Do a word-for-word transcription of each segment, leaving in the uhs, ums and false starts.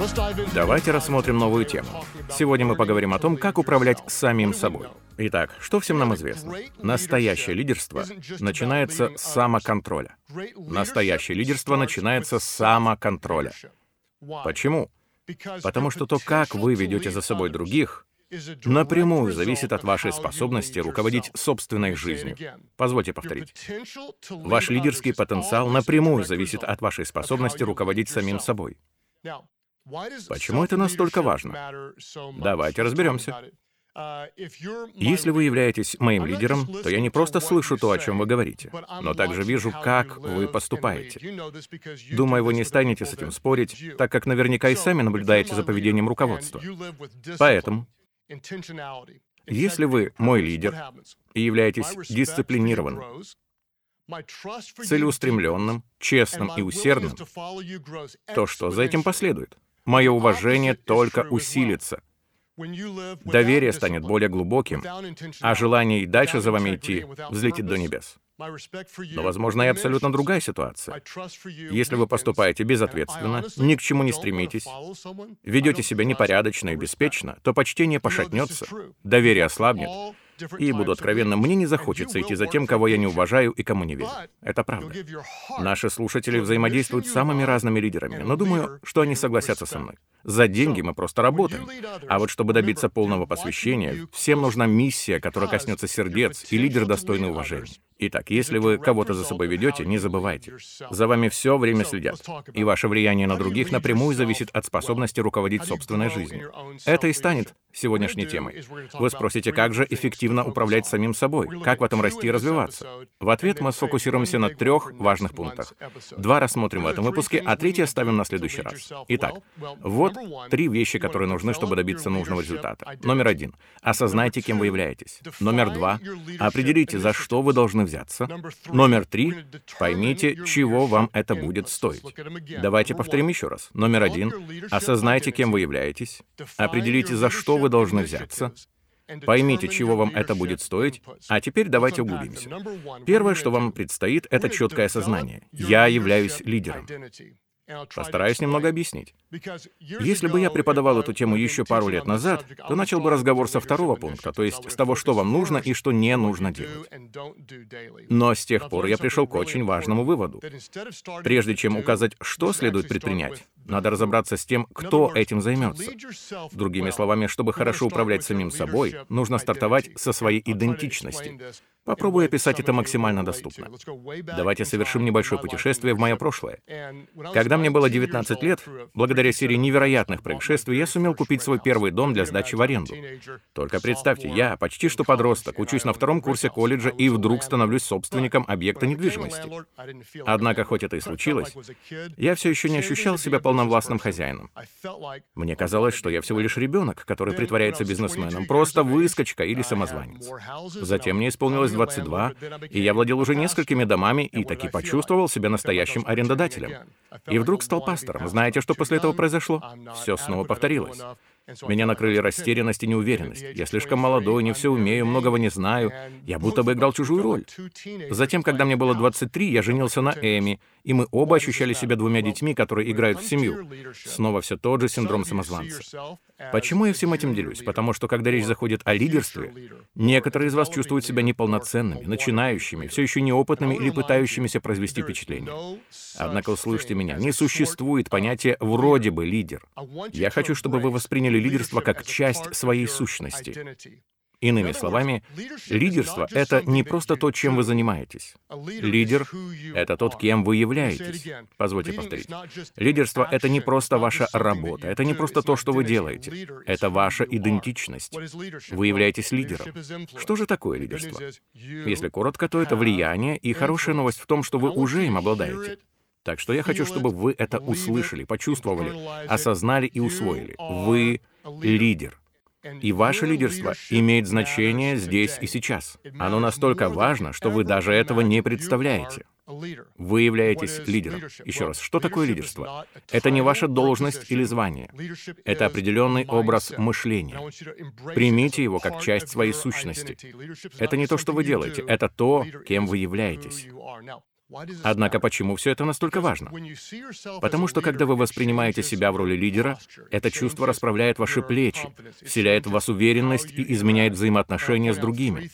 Давайте рассмотрим новую тему. Сегодня мы поговорим о том, как управлять самим собой. Итак, что всем нам известно? Настоящее лидерство начинается с самоконтроля. Настоящее лидерство начинается с самоконтроля. Почему? Потому что то, как вы ведете за собой других, напрямую зависит от вашей способности руководить собственной жизнью. Позвольте повторить. Ваш лидерский потенциал напрямую зависит от вашей способности руководить самим собой. Почему это настолько важно? Давайте разберемся. Если вы являетесь моим лидером, то я не просто слышу то, о чем вы говорите, но также вижу, как вы поступаете. Думаю, вы не станете с этим спорить, так как наверняка и сами наблюдаете за поведением руководства. Поэтому, если вы мой лидер и являетесь дисциплинированным, целеустремленным, честным и усердным, то что за этим последует? Мое уважение только усилится. Доверие станет более глубоким, а желание и дальше за вами идти взлетит до небес. Но, возможно, и абсолютно другая ситуация. Если вы поступаете безответственно, ни к чему не стремитесь, ведете себя непорядочно и беспечно, то почтение пошатнется, доверие ослабнет, и, буду откровенным, мне не захочется идти за тем, кого я не уважаю и кому не верю. Это правда. Наши слушатели взаимодействуют с самыми разными лидерами, но думаю, что они согласятся со мной. За деньги мы просто работаем. А вот чтобы добиться полного посвящения, всем нужна миссия, которая коснется сердец, и лидер достойный уважения. Итак, если вы кого-то за собой ведете, не забывайте. За вами все время следят. И ваше влияние на других напрямую зависит от способности руководить собственной жизнью. Это и станет сегодняшней темой. Вы спросите, как же эффективно управлять самим собой? Как в этом расти и развиваться? В ответ мы сфокусируемся на трех важных пунктах. Два рассмотрим в этом выпуске, а третий оставим на следующий раз. Итак, вот три вещи, которые нужны, чтобы добиться нужного результата. Номер один. Осознайте, кем вы являетесь. Номер два. Определите, за что вы должны взяться. Номер три. Поймите, чего вам это будет стоить. Давайте повторим еще раз. Номер один. Осознайте, кем вы являетесь. Определите, за что вы должны взяться. Поймите, чего вам это будет стоить, а теперь давайте углубимся. Первое, что вам предстоит, это четкое осознание. Я являюсь лидером. Постараюсь немного объяснить. Если бы я преподавал эту тему еще пару лет назад, то начал бы разговор со второго пункта, то есть с того, что вам нужно и что не нужно делать. Но с тех пор я пришел к очень важному выводу. Прежде чем указать, что следует предпринять, надо разобраться с тем, кто этим займется. Другими словами, чтобы хорошо управлять самим собой, нужно стартовать со своей идентичности. Попробую описать это максимально доступно. Давайте совершим небольшое путешествие в мое прошлое. Когда мне было девятнадцать лет, благодаря серии невероятных происшествий, я сумел купить свой первый дом для сдачи в аренду. Только представьте, я, почти что подросток, учусь на втором курсе колледжа и вдруг становлюсь собственником объекта недвижимости. Однако, хоть это и случилось, я все еще не ощущал себя полновластным хозяином. Мне казалось, что я всего лишь ребенок, который притворяется бизнесменом, просто выскочка или самозванец. Затем мне исполнилось двадцать два, и я владел уже несколькими домами и таки почувствовал себя настоящим арендодателем. И вдруг стал пастором. Знаете, что после этого произошло? Все снова повторилось. Меня накрыли растерянность и неуверенность. Я слишком молодой, не все умею, многого не знаю. Я будто бы играл чужую роль. Затем, когда мне было двадцать три, я женился на Эми, и мы оба ощущали себя двумя детьми, которые играют в семью. Снова все тот же синдром самозванца. Почему я всем этим делюсь? Потому что, когда речь заходит о лидерстве, некоторые из вас чувствуют себя неполноценными, начинающими, все еще неопытными или пытающимися произвести впечатление. Однако услышьте меня, не существует понятия «вроде бы лидер». Я хочу, чтобы вы восприняли лидерство как часть своей сущности. Иными словами, лидерство — это не просто то, чем вы занимаетесь. Лидер — это тот, кем вы являетесь. Позвольте повторить. Лидерство — это не просто ваша работа, это не просто то, что вы делаете. Это ваша идентичность. Вы являетесь лидером. Что же такое лидерство? Если коротко, то это влияние, и хорошая новость в том, что вы уже им обладаете. Так что я хочу, чтобы вы это услышали, почувствовали, осознали и усвоили. Вы лидер. И ваше лидерство имеет значение здесь и сейчас. Оно настолько важно, что вы даже этого не представляете. Вы являетесь лидером. Еще раз, что такое лидерство? Это не ваша должность или звание. Это определенный образ мышления. Примите его как часть своей сущности. Это не то, что вы делаете, это то, кем вы являетесь. Однако почему все это настолько важно? Потому что когда вы воспринимаете себя в роли лидера, это чувство расправляет ваши плечи, вселяет в вас уверенность и изменяет взаимоотношения с другими.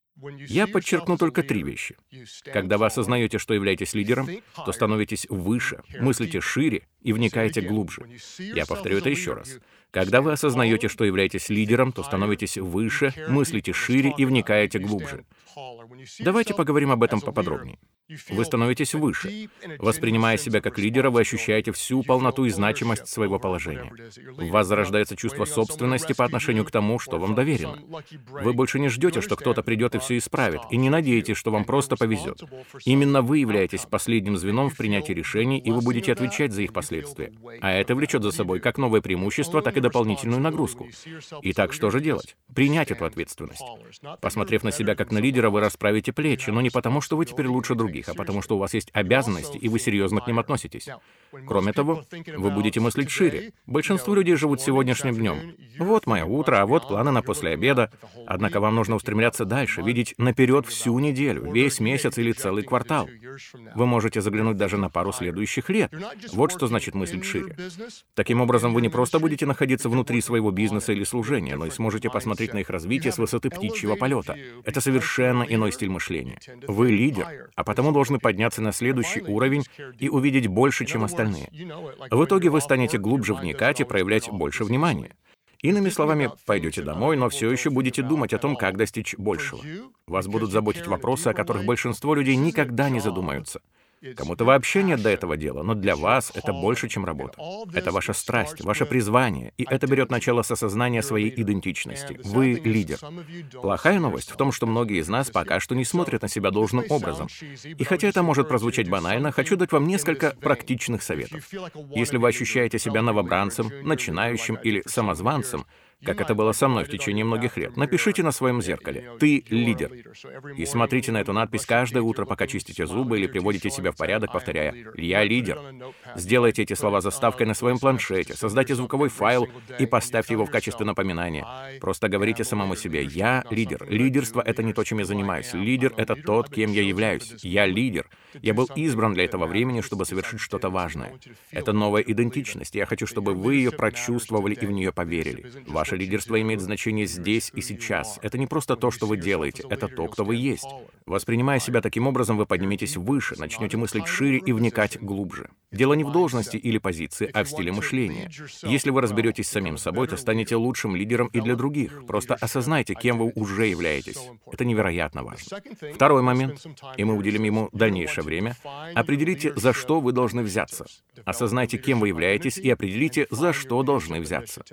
Я подчеркну только три вещи. Когда вы осознаете, что являетесь лидером, то становитесь выше, мыслите шире и вникаете глубже. Я повторю это еще раз. Когда вы осознаете, что являетесь лидером, то становитесь выше, мыслите шире и вникаете глубже. Давайте поговорим об этом поподробнее. Вы становитесь выше. Воспринимая себя как лидера, вы ощущаете всю полноту и значимость своего положения. В вас зарождается чувство собственности по отношению к тому, что вам доверено. Вы больше не ждете, что кто-то придет и все исправит, и не надеетесь, что вам просто повезет. Именно вы являетесь последним звеном в принятии решений, и вы будете отвечать за их последствия. А это влечет за собой как новое преимущество, так и дополнительную нагрузку. Итак, что же делать? Принять эту ответственность. Посмотрев на себя как на лидера, вы расправите плечи, но не потому, что вы теперь лучше других, а потому что у вас есть обязанности, и вы серьезно к ним относитесь. Кроме того, вы будете мыслить шире. Большинство людей живут сегодняшним днем. Вот мое утро, а вот планы на после обеда. Однако вам нужно устремляться дальше, видеть наперед всю неделю, весь месяц или целый квартал. Вы можете заглянуть даже на пару следующих лет. Вот что значит мыслить шире. Таким образом, вы не просто будете находиться внутри своего бизнеса или служения, но и сможете посмотреть на их развитие с высоты птичьего полета. Это совершенно иной стиль мышления. Вы лидер, а потому должны подняться на следующий уровень и увидеть больше, чем остальные. В итоге вы станете глубже вникать и проявлять больше внимания. Иными словами, пойдете домой, но все еще будете думать о том, как достичь большего. Вас будут заботить вопросы, о которых большинство людей никогда не задумаются. Кому-то вообще нет до этого дела, но для вас это больше, чем работа. Это ваша страсть, ваше призвание, и это берет начало с осознания своей идентичности. Вы лидер. Плохая новость в том, что многие из нас пока что не смотрят на себя должным образом. И хотя это может прозвучать банально, хочу дать вам несколько практичных советов. Если вы ощущаете себя новобранцем, начинающим или самозванцем, как это было со мной в течение многих лет, напишите на своем зеркале «Ты лидер». И смотрите на эту надпись каждое утро, пока чистите зубы или приводите себя в порядок, повторяя «Я лидер». Сделайте эти слова заставкой на своем планшете, создайте звуковой файл и поставьте его в качестве напоминания. Просто говорите самому себе «Я лидер». Лидерство — это не то, чем я занимаюсь. Лидер — это тот, кем я являюсь. Я лидер. Я был избран для этого времени, чтобы совершить что-то важное. Это новая идентичность. Я хочу, чтобы вы ее прочувствовали и в нее поверили. Ваше лидерство имеет значение здесь и сейчас. Это не просто то, что вы делаете, это то, кто вы есть. Воспринимая себя таким образом, вы подниметесь выше, начнете мыслить шире и вникать глубже. Дело не в должности или позиции, а в стиле мышления. Если вы разберетесь с самим собой, то станете лучшим лидером и для других. Просто осознайте, кем вы уже являетесь. Это невероятно важно. Второй момент, и мы уделим ему дальнейшее время, определите, за что вы должны взяться. Осознайте, кем вы являетесь, и определите, за что должны взяться.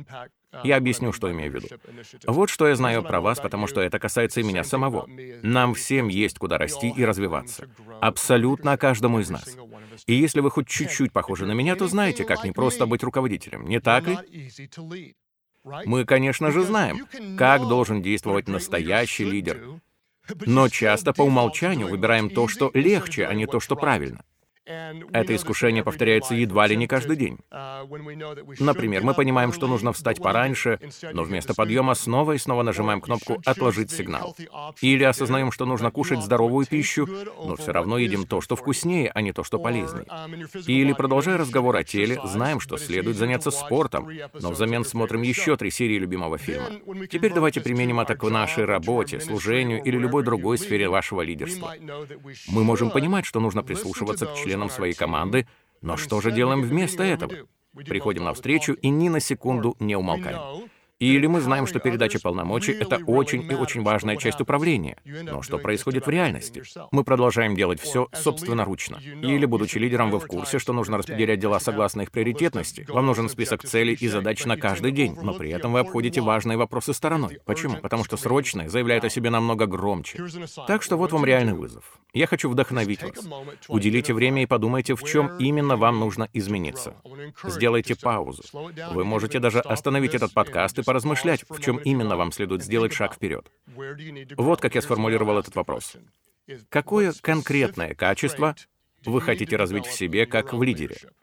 Я объясню, что имею в виду. Вот что я знаю про вас, потому что это касается и меня самого. Нам всем есть куда расти и развиваться. Абсолютно каждому из нас. И если вы хоть чуть-чуть похожи на меня, то знаете, как непросто быть руководителем, не так ли? Мы, конечно же, знаем, как должен действовать настоящий лидер. Но часто по умолчанию выбираем то, что легче, а не то, что правильно. Это искушение повторяется едва ли не каждый день. Например, мы понимаем, что нужно встать пораньше, но вместо подъема снова и снова нажимаем кнопку «Отложить сигнал». Или осознаем, что нужно кушать здоровую пищу, но все равно едим то, что вкуснее, а не то, что полезнее. Или, продолжая разговор о теле, знаем, что следует заняться спортом, но взамен смотрим еще три серии любимого фильма. Теперь давайте применим это к нашей работе, служению или любой другой сфере вашего лидерства. Мы можем понимать, что нужно прислушиваться к членам своей команды, но что же делаем вместо этого? Приходим на встречу и ни на секунду не умолкаем. Или мы знаем, что передача полномочий — это очень и очень важная часть управления. Но что происходит в реальности? Мы продолжаем делать все собственноручно. Или, будучи лидером, вы в курсе, что нужно распределять дела согласно их приоритетности. Вам нужен список целей и задач на каждый день, но при этом вы обходите важные вопросы стороной. Почему? Потому что срочные заявляют о себе намного громче. Так что вот вам реальный вызов. Я хочу вдохновить вас. Уделите время и подумайте, в чем именно вам нужно измениться. Сделайте паузу. Вы можете даже остановить этот подкаст и поразмышлять, в чем именно вам следует сделать шаг вперед. Вот как я сформулировал этот вопрос. Какое конкретное качество вы хотите развить в себе, как в лидере?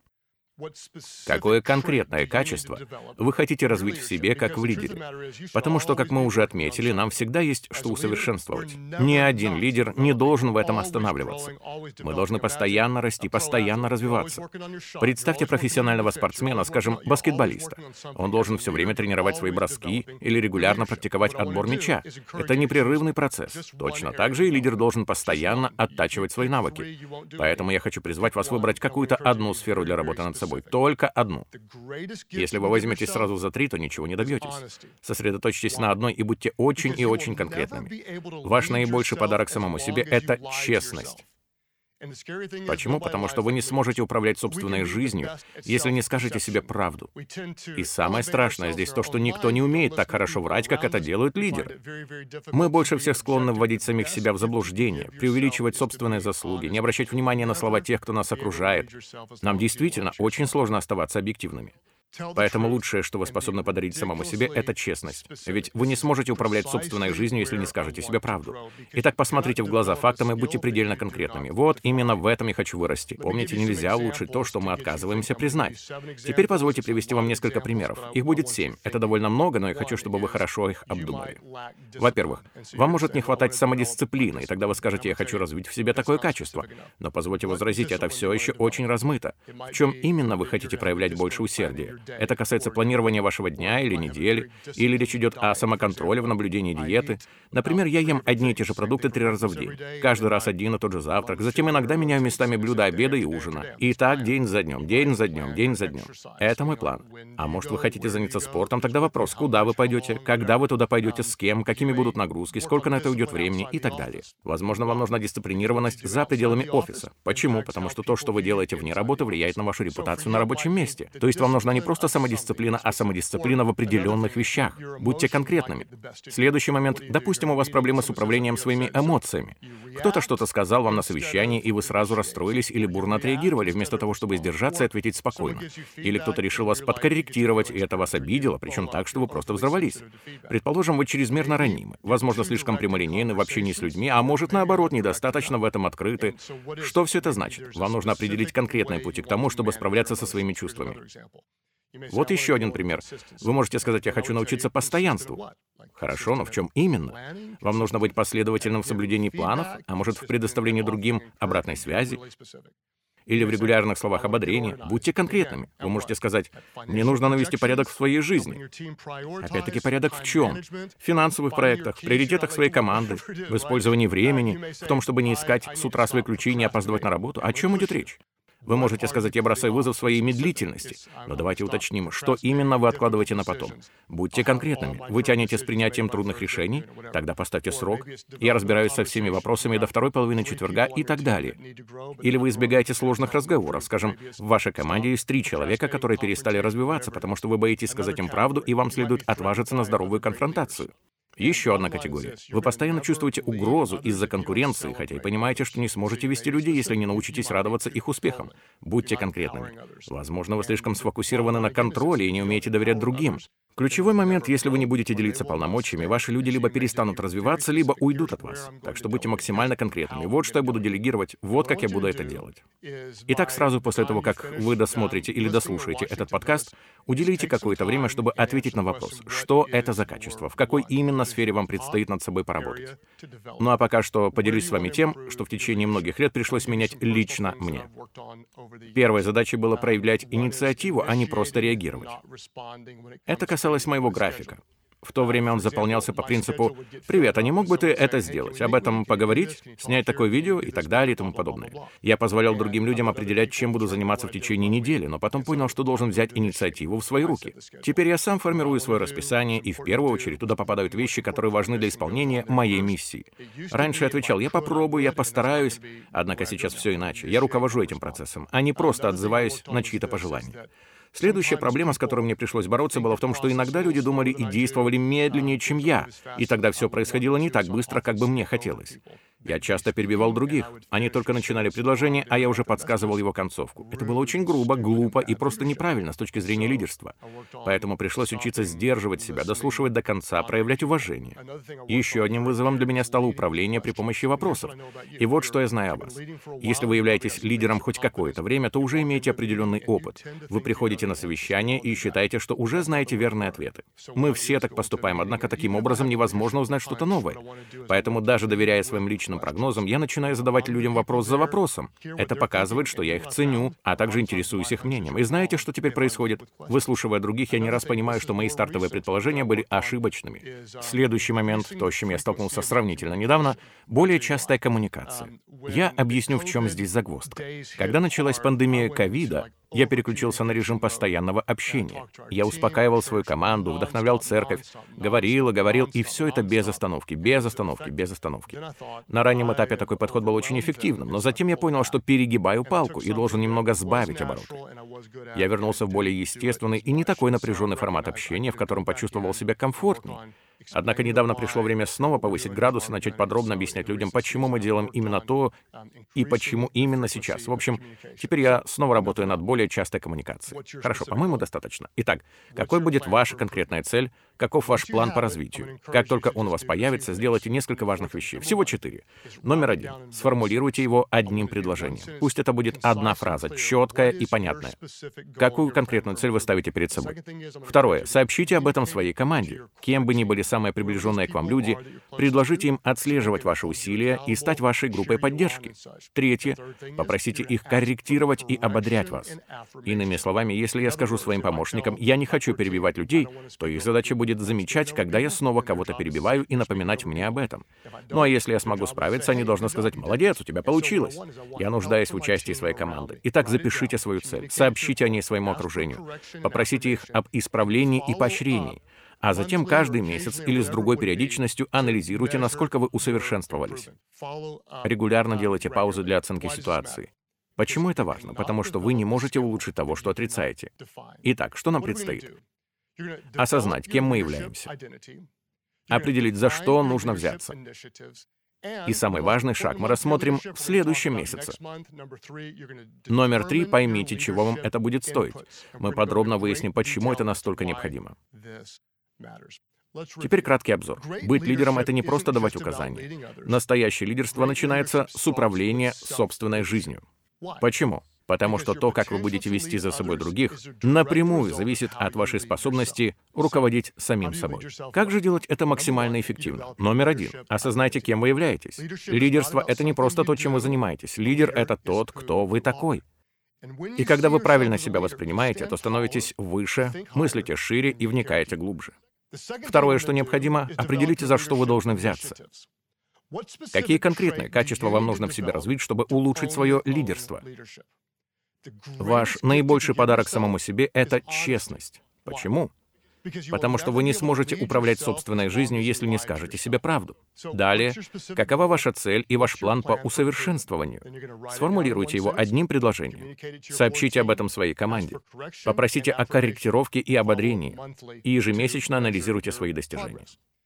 Какое конкретное качество вы хотите развить в себе, как в лидере? Потому что, как мы уже отметили, нам всегда есть что усовершенствовать. Ни один лидер не должен в этом останавливаться. Мы должны постоянно расти, постоянно развиваться. Представьте профессионального спортсмена, скажем, баскетболиста. Он должен все время тренировать свои броски или регулярно практиковать отбор мяча. Это непрерывный процесс. Точно так же и лидер должен постоянно оттачивать свои навыки. Поэтому я хочу призвать вас выбрать какую-то одну сферу для работы над собой. Только одну. Если вы возьметесь сразу за три, то ничего не добьетесь. Сосредоточьтесь на одной и будьте очень и очень конкретными. Ваш наибольший подарок самому себе — это честность. Почему? Потому что вы не сможете управлять собственной жизнью, если не скажете себе правду. И самое страшное здесь то, что никто не умеет так хорошо врать, как это делают лидеры. Мы больше всех склонны вводить самих себя в заблуждение, преувеличивать собственные заслуги, не обращать внимания на слова тех, кто нас окружает. Нам действительно очень сложно оставаться объективными. Поэтому лучшее, что вы способны подарить самому себе, — это честность. Ведь вы не сможете управлять собственной жизнью, если не скажете себе правду. Итак, посмотрите в глаза фактам и будьте предельно конкретными. Вот именно в этом я хочу вырасти. Помните, нельзя улучшить то, что мы отказываемся признать. Теперь позвольте привести вам несколько примеров. Их будет семь. Это довольно много, но я хочу, чтобы вы хорошо их обдумали. Во-первых, вам может не хватать самодисциплины, и тогда вы скажете: «Я хочу развить в себе такое качество». Но позвольте возразить, это все еще очень размыто. В чем именно вы хотите проявлять больше усердия? Это касается планирования вашего дня или недели, или речь идет о самоконтроле в наблюдении диеты. Например, я ем одни и те же продукты три раза в день. Каждый раз один и тот же завтрак. Затем иногда меняю местами блюда обеда и ужина. И так день за днем, день за днем, день за днем. Это мой план. А может, вы хотите заняться спортом? Тогда вопрос: куда вы пойдете, когда вы туда пойдете, с кем, какими будут нагрузки, сколько на это уйдет времени и так далее. Возможно, вам нужна дисциплинированность за пределами офиса. Почему? Потому что то, что вы делаете вне работы, влияет на вашу репутацию на рабочем месте. То есть вам нужна не просто самодисциплина, а самодисциплина в определенных вещах. Будьте конкретными. Следующий момент. Допустим, у вас проблемы с управлением своими эмоциями. Кто-то что-то сказал вам на совещании, и вы сразу расстроились или бурно отреагировали, вместо того, чтобы сдержаться и ответить спокойно. Или кто-то решил вас подкорректировать, и это вас обидело, причем так, что вы просто взорвались. Предположим, вы чрезмерно ранимы, возможно, слишком прямолинейны в общении с людьми, а может, наоборот, недостаточно в этом открыты. Что все это значит? Вам нужно определить конкретные пути к тому, чтобы справляться со своими чувствами. Вот еще один пример. Вы можете сказать: «Я хочу научиться постоянству». Хорошо, но в чем именно? Вам нужно быть последовательным в соблюдении планов, а может, в предоставлении другим обратной связи? Или в регулярных словах ободрения. Будьте конкретными. Вы можете сказать: «Мне нужно навести порядок в своей жизни». Опять-таки, порядок в чем? В финансовых проектах, в приоритетах своей команды, в использовании времени, в том, чтобы не искать с утра свои ключи и не опаздывать на работу. О чем идет речь? Вы можете сказать: «Я бросаю вызов своей медлительности». Но давайте уточним, что именно вы откладываете на потом. Будьте конкретными. Вы тянете с принятием трудных решений? Тогда поставьте срок. Я разбираюсь со всеми вопросами до второй половины четверга и так далее. Или вы избегаете сложных разговоров. Скажем, в вашей команде есть три человека, которые перестали развиваться, потому что вы боитесь сказать им правду, и вам следует отважиться на здоровую конфронтацию. Еще одна категория. Вы постоянно чувствуете угрозу из-за конкуренции, хотя и понимаете, что не сможете вести людей, если не научитесь радоваться их успехам. Будьте конкретными. Возможно, вы слишком сфокусированы на контроле и не умеете доверять другим. Ключевой момент: если вы не будете делиться полномочиями, ваши люди либо перестанут развиваться, либо уйдут от вас. Так что будьте максимально конкретными. Вот что я буду делегировать, вот как я буду это делать. Итак, сразу после того, как вы досмотрите или дослушаете этот подкаст, уделите какое-то время, чтобы ответить на вопрос: что это за качество, в какой именно сфере вам предстоит над собой поработать. Ну а пока что поделюсь с вами тем, что в течение многих лет пришлось менять лично мне. Первой задачей было проявлять инициативу, а не просто реагировать. Это касалось моего графика. В то время он заполнялся по принципу: «Привет, а не мог бы ты это сделать? Об этом поговорить? Снять такое видео?» и так далее и тому подобное. Я позволял другим людям определять, чем буду заниматься в течение недели, но потом понял, что должен взять инициативу в свои руки. Теперь я сам формирую свое расписание, и в первую очередь туда попадают вещи, которые важны для исполнения моей миссии. Раньше я отвечал: «Я попробую, я постараюсь», однако сейчас все иначе. Я руковожу этим процессом, а не просто отзываюсь на чьи-то пожелания. Следующая проблема, с которой мне пришлось бороться, была в том, что иногда люди думали и действовали медленнее, чем я, и тогда все происходило не так быстро, как бы мне хотелось. Я часто перебивал других. Они только начинали предложение, а я уже подсказывал его концовку. Это было очень грубо, глупо и просто неправильно с точки зрения лидерства. Поэтому пришлось учиться сдерживать себя, дослушивать до конца, проявлять уважение. И еще одним вызовом для меня стало управление при помощи вопросов. И вот что я знаю о вас. Если вы являетесь лидером хоть какое-то время, то уже имеете определенный опыт. Вы приходите на совещание и считаете, что уже знаете верные ответы. Мы все так поступаем, однако таким образом невозможно узнать что-то новое. Поэтому даже доверяя своим личным прогнозам, я начинаю задавать людям вопрос за вопросом. Это показывает, что я их ценю, а также интересуюсь их мнением. И знаете, что теперь происходит? Выслушивая других, я не раз понимаю, что мои стартовые предположения были ошибочными. Следующий момент, то, с чем я столкнулся сравнительно недавно, более частая коммуникация. Я объясню, в чем здесь загвоздка. Когда началась пандемия ковида, я переключился на режим постоянного общения. Я успокаивал свою команду, вдохновлял церковь, говорил и говорил, и все это без остановки, без остановки, без остановки. На раннем этапе такой подход был очень эффективным, но затем я понял, что перегибаю палку и должен немного сбавить обороты. Я вернулся в более естественный и не такой напряженный формат общения, в котором почувствовал себя комфортнее. Однако недавно пришло время снова повысить градус и начать подробно объяснять людям, почему мы делаем именно то и почему именно сейчас. В общем, теперь я снова работаю над более частой коммуникацией. Хорошо, по-моему, достаточно. Итак, какой будет ваша конкретная цель? Каков ваш план по развитию? Как только он у вас появится, сделайте несколько важных вещей. Всего четыре. Номер один. Сформулируйте его одним предложением. Пусть это будет одна фраза, четкая и понятная. Какую конкретную цель вы ставите перед собой? Второе. Сообщите об этом своей команде. Кем бы ни были самые приближенные к вам люди, предложите им отслеживать ваши усилия и стать вашей группой поддержки. Третье. Попросите их корректировать и ободрять вас. Иными словами, если я скажу своим помощникам, я не хочу перебивать людей, то их задача будет замечать, когда я снова кого-то перебиваю, и напоминать мне об этом. Ну а если я смогу справиться, они должны сказать: «Молодец, у тебя получилось». Я нуждаюсь в участии своей команды. Итак, запишите свою цель, сообщите о ней своему окружению, попросите их об исправлении и поощрении. А затем каждый месяц или с другой периодичностью анализируйте, насколько вы усовершенствовались. Регулярно делайте паузы для оценки ситуации. Почему это важно? Потому что вы не можете улучшить того, что отрицаете. Итак, что нам предстоит? Осознать, кем мы являемся. Определить, за что нужно взяться. И самый важный шаг мы рассмотрим в следующем месяце. Номер три. Поймите, чего вам это будет стоить. Мы подробно выясним, почему это настолько необходимо. Теперь краткий обзор. Быть лидером — это не просто давать указания. Настоящее лидерство начинается с управления собственной жизнью. Почему? Потому что то, как вы будете вести за собой других, напрямую зависит от вашей способности руководить самим собой. Как же делать это максимально эффективно? Номер один. Осознайте, кем вы являетесь. Лидерство — это не просто то, чем вы занимаетесь. Лидер — это тот, кто вы такой. И когда вы правильно себя воспринимаете, то становитесь выше, мыслите шире и вникаете глубже. Второе, что необходимо, определите, за что вы должны взяться. Какие конкретные качества вам нужно в себе развить, чтобы улучшить свое лидерство? Ваш наибольший подарок самому себе — это честность. Почему? Потому что вы не сможете управлять собственной жизнью, если не скажете себе правду. Далее, какова ваша цель и ваш план по усовершенствованию? Сформулируйте его одним предложением. Сообщите об этом своей команде. Попросите о корректировке и ободрении. И ежемесячно анализируйте свои достижения.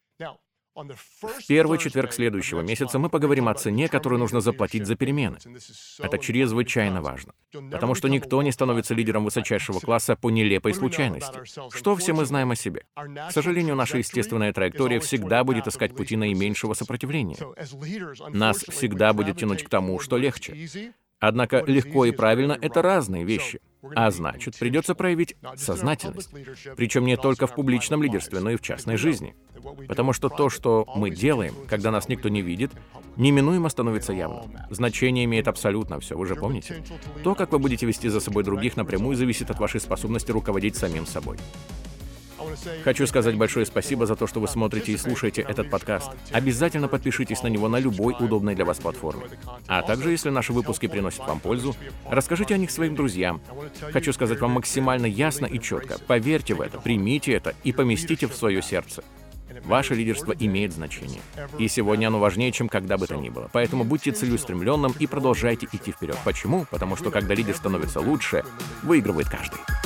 В первый четверг следующего месяца мы поговорим о цене, которую нужно заплатить за перемены. Это чрезвычайно важно, потому что никто не становится лидером высочайшего класса по нелепой случайности. Что все мы знаем о себе? К сожалению, наша естественная траектория всегда будет искать пути наименьшего сопротивления. Нас всегда будет тянуть к тому, что легче. Однако легко и правильно — это разные вещи. А значит, придется проявить сознательность. Причем не только в публичном лидерстве, но и в частной жизни. Потому что то, что мы делаем, когда нас никто не видит, неминуемо становится явным. Значение имеет абсолютно все, вы же помните? То, как вы будете вести за собой других, напрямую зависит от вашей способности руководить самим собой. Хочу сказать большое спасибо за то, что вы смотрите и слушаете этот подкаст. Обязательно подпишитесь на него на любой удобной для вас платформе. А также, если наши выпуски приносят вам пользу, расскажите о них своим друзьям. Хочу сказать вам максимально ясно и четко. Поверьте в это, примите это и поместите в свое сердце. Ваше лидерство имеет значение. И сегодня оно важнее, чем когда бы то ни было. Поэтому будьте целеустремленным и продолжайте идти вперед. Почему? Потому что когда лидер становится лучше, выигрывает каждый.